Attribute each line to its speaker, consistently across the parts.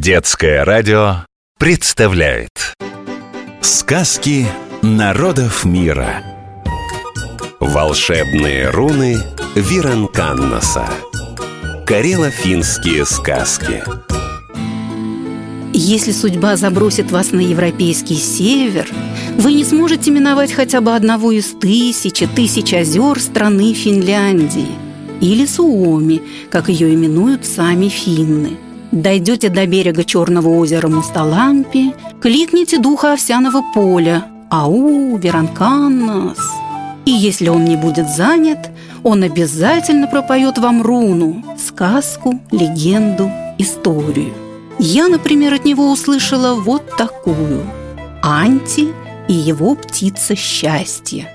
Speaker 1: Детское радио представляет сказки народов мира. Волшебные руны Виранканнаса. Карело-финские сказки.
Speaker 2: Если судьба забросит вас на европейский север, вы не сможете миновать хотя бы одного из тысяч озер страны Финляндии, или Суоми, как ее именуют сами финны. Дойдете до берега Черного озера Мусталампи, кликните духа овсяного поля «Ау, Виранканнас!». И если он не будет занят, он обязательно пропоет вам руну, сказку, легенду, историю. Я, например, от него услышала вот такую: Анти и его птица счастья.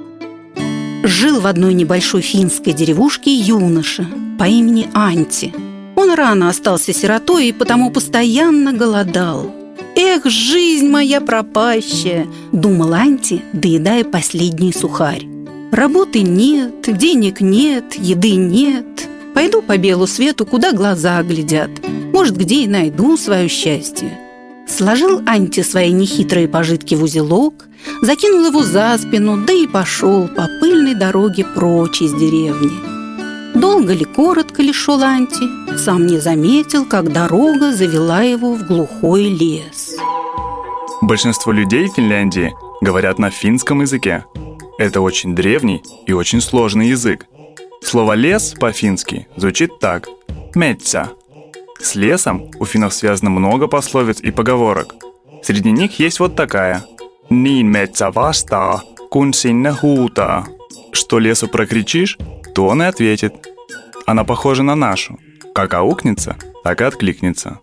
Speaker 2: Жил в одной небольшой финской деревушке юноша по имени Анти. Он рано остался сиротой и потому постоянно голодал. «Эх, жизнь моя пропащая!» – думал Анти, доедая последний сухарь. «Работы нет, денег нет, еды нет. Пойду по белу свету, куда глаза глядят. Может, где и найду свое счастье». Сложил Анти свои нехитрые пожитки в узелок, закинул его за спину, да и пошел по пыльной дороге прочь из деревни. Долго ли, коротко ли шел Анти, сам не заметил, как дорога завела его в глухой лес.
Speaker 3: Большинство людей в Финляндии говорят на финском языке. Это очень древний и очень сложный язык. Слово «лес» по-фински звучит так – «мetsä». С лесом у финнов связано много пословиц и поговорок. Среди них есть вот такая: «Niin metsä vastaa, kun sinne huutaa». Что лесу прокричишь, то он и ответит. Она похожа на нашу. Как аукнется, так и откликнется.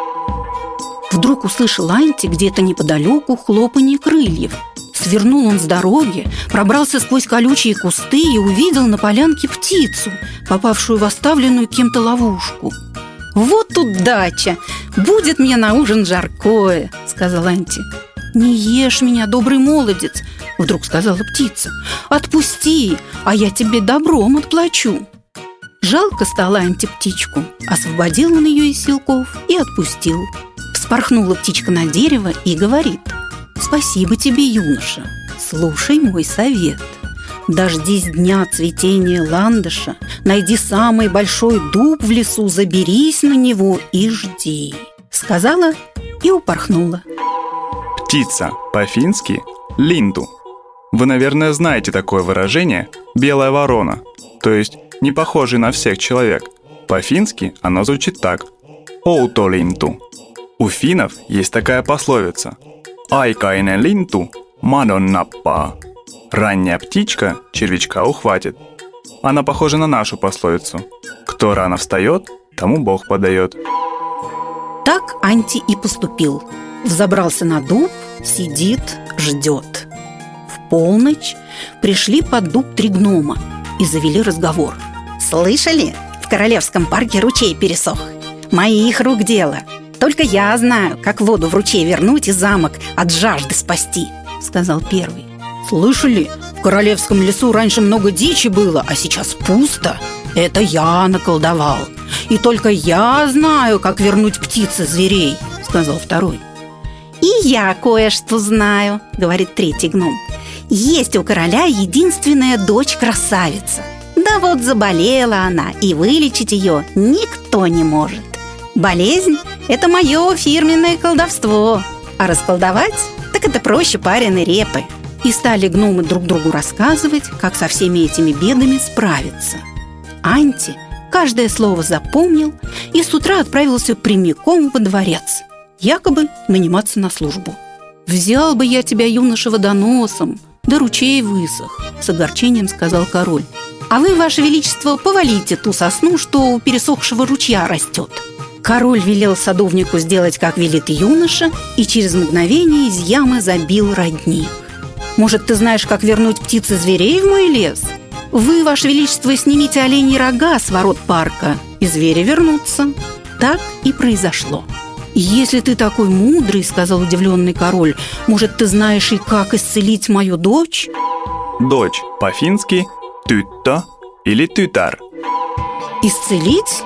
Speaker 2: Вдруг услышал Анти где-то неподалеку хлопанье крыльев. Свернул он с дороги, пробрался сквозь колючие кусты и увидел на полянке птицу, попавшую в оставленную кем-то ловушку. «Вот удача! Будет мне на ужин жаркое!» — сказал Анти. «Не ешь меня, добрый молодец!» — вдруг сказала птица. «Отпусти, а я тебе добром отплачу». Жалко стало Анти птичку. Освободил он ее из силков и отпустил. Вспорхнула птичка на дерево и говорит: «Спасибо тебе, юноша, слушай мой совет. Дождись дня цветения ландыша, найди самый большой дуб в лесу, заберись на него и жди». Сказала и упорхнула.
Speaker 3: Птица по-фински – линту. Вы, наверное, знаете такое выражение «белая ворона», то есть не похожий на всех человек. По-фински оно звучит так – «оутолинту». У финнов есть такая пословица: «Aikainen lintu madon nappaa». Ранняя птичка червячка ухватит. Она похожа на нашу пословицу: кто рано встает, тому Бог подает.
Speaker 2: Так Анти и поступил. Взобрался на дуб, сидит, ждет. В полночь пришли под дуб 3 гнома и завели разговор. «Слышали? В Королевском парке ручей пересох. Моих рук дело. Только я знаю, как воду в ручей вернуть и замок от жажды спасти», — сказал первый. «Слышали? В Королевском лесу раньше много дичи было, а сейчас пусто. Это я наколдовал. И только я знаю, как вернуть птиц и зверей», — сказал второй. «И я кое-что знаю», — говорит третий гном. «Есть у короля единственная дочь-красавица. Да вот заболела она, и вылечить ее никто не может. Болезнь — это мое фирменное колдовство, а расколдовать — так это проще пареной репы». И стали гномы друг другу рассказывать, как со всеми этими бедами справиться. Анти каждое слово запомнил и с утра отправился прямиком во дворец, якобы наниматься на службу. «Взял бы я тебя, юноша, водоносом, да ручей высох», — с огорчением сказал король. «А вы, ваше величество, повалите ту сосну, что у пересохшего ручья растет». Король велел садовнику сделать, как велит юноша, и через мгновение из ямы забил родник. «Может, ты знаешь, как вернуть птиц и зверей в мой лес? Вы, ваше величество, снимите оленьи рога с ворот парка, и звери вернутся». Так и произошло. «Если ты такой мудрый, — сказал удивленный король, — может, ты знаешь и как исцелить мою дочь?»
Speaker 3: Дочь по-фински – «tyttö» или «tytär».
Speaker 2: «Исцелить?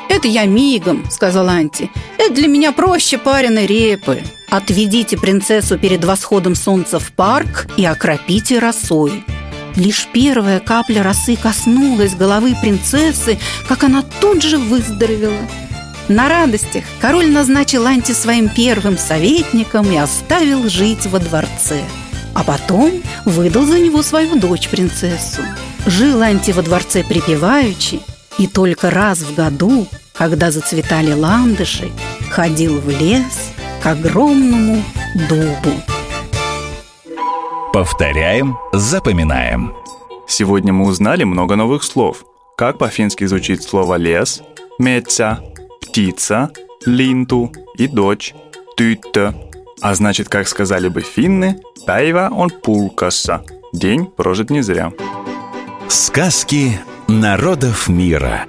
Speaker 2: «Это я мигом», — сказал Анти. «Это для меня проще пареной репы. Отведите принцессу перед восходом солнца в парк и окропите росой». Лишь первая капля росы коснулась головы принцессы, как она тут же выздоровела. На радостях король назначил Анти своим первым советником и оставил жить во дворце. А потом выдал за него свою дочь-принцессу. Жил Анти во дворце припеваючи, и только раз в году, когда зацветали ландыши, ходил в лес к огромному дубу.
Speaker 1: Повторяем, запоминаем.
Speaker 3: Сегодня мы узнали много новых слов. Как по-фински звучит слово «лес», «мetsä», «птица», «линту» и «дочь», «tyttö». А значит, как сказали бы финны, «päivä on pulkassa» – день прожит не зря.
Speaker 1: Сказки народов мира.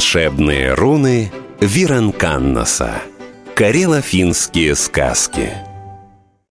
Speaker 1: Волшебные руны Вирен Каннаса. Карело-финские сказки.